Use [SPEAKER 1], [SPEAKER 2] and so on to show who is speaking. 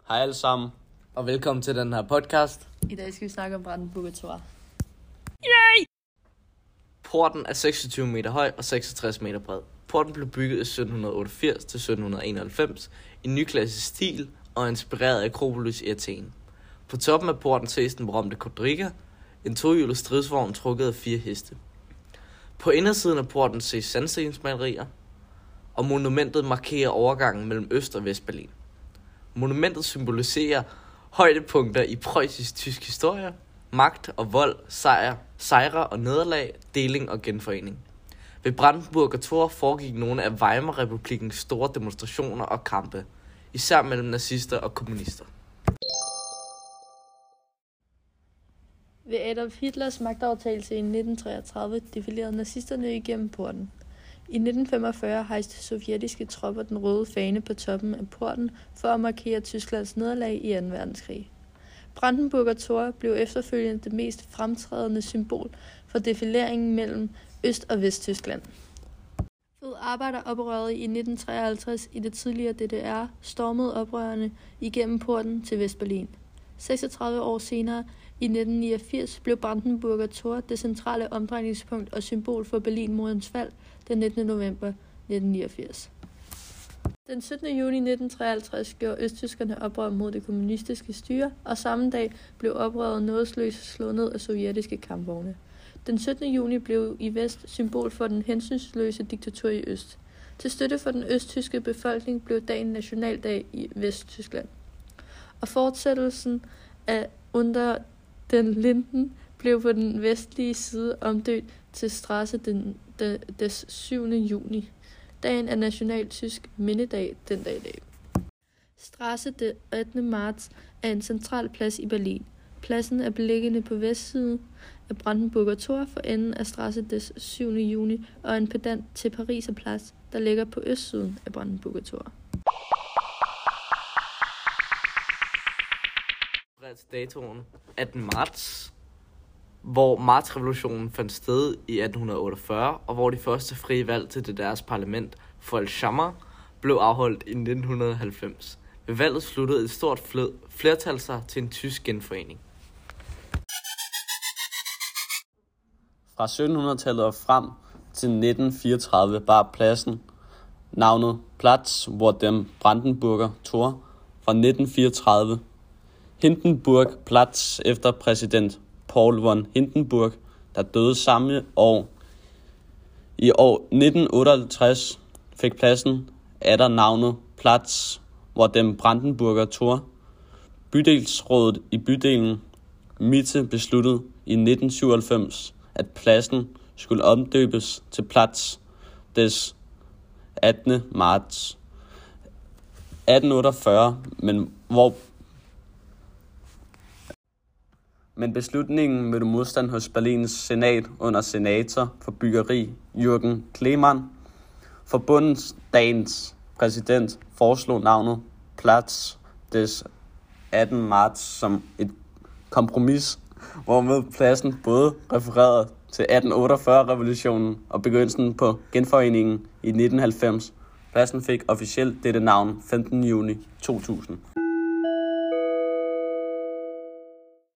[SPEAKER 1] Hej alle sammen, og velkommen til den her podcast.
[SPEAKER 2] I dag skal vi snakke om Brandenburger Tor.
[SPEAKER 1] Yay! Porten er 26 meter høj og 66 meter bred. Porten blev bygget i 1788 til 1791 i nyklassisk stil og inspireret af Akropolis i Athen. På toppen af porten ses den berømte quadriga, en tohjulet stridsvogn trukket af 4 heste. På indersiden af porten ses sandstensmalerier, og monumentet markerer overgangen mellem Øst- og Vestberlin. Monumentet symboliserer højdepunkter i preussisk-tysk historie, magt og vold, sejre og nederlag, deling og genforening. Ved Brandenburger Tor foregik nogle af Weimar-republikkens store demonstrationer og kampe, især mellem nazister og kommunister.
[SPEAKER 2] Ved Adolf Hitlers magtovertagelse i 1933 defilerede nazisterne igennem porten. I 1945 hejste sovjetiske tropper den røde fane på toppen af porten for at markere Tysklands nederlag i 2. verdenskrig. Brandenburger Tor blev efterfølgende det mest fremtrædende symbol for defileringen mellem Øst- og Vesttyskland. Ved arbejderoprøret i 1953 i det tidligere DDR stormede oprørerne igennem porten til Vestberlin. 36 år senere, i 1989, blev Brandenburger Tor det centrale omdrejningspunkt og symbol for Berlinmurens fald den 19. november 1989. Den 17. juni 1953 gjorde østtyskerne oprør mod det kommunistiske styre, og samme dag blev oprøret nådesløst slået ned af sovjetiske kampvogne. Den 17. juni blev i vest symbol for den hensynsløse diktatur i øst. Til støtte for den østtyske befolkning blev dagen nationaldag i Vesttyskland. Og fortsættelsen af Unter den Linden blev på den vestlige side omdøbt til Strasse des 7. juni. Dagen er national tysk mindedag den dag i dag. Strasse den 18. marts er en central plads i Berlin. Pladsen er beliggende på vestsiden af Brandenburger Tor for enden af Strasse des 7. juni og en pendant til Pariser Plads, der ligger på østsiden af Brandenburger Tor.
[SPEAKER 1] Datoen 18. marts, hvor martsrevolutionen fandt sted i 1848, og hvor de første frie valg til deres parlament, Volkskammer, blev afholdt i 1990. Ved valget sluttede et stort flertal sig til en tysk genforening.
[SPEAKER 3] Fra 1700-tallet og frem til 1934 bar pladsen navnet Platz vor dem Brandenburger Tor fra 1934. Hindenburg Platz efter præsident Paul von Hindenburg, der døde samme år. I år 1958 fik pladsen atter navnet Platz vor dem Brandenburger Tor. Bydelsrådet i bydelen Mitte besluttede i 1997, at pladsen skulle omdøbes til Platz des 18. marts 1848, men beslutningen mødte modstand hos Berlins senat under senator for byggeri Jürgen Klemann. Forbundsdagens præsident foreslog navnet Platz des 18. marts som et kompromis, hvormed pladsen både refererede til 1848-revolutionen og begyndelsen på genforeningen i 1990. Pladsen fik officielt dette navn 15. juni 2000.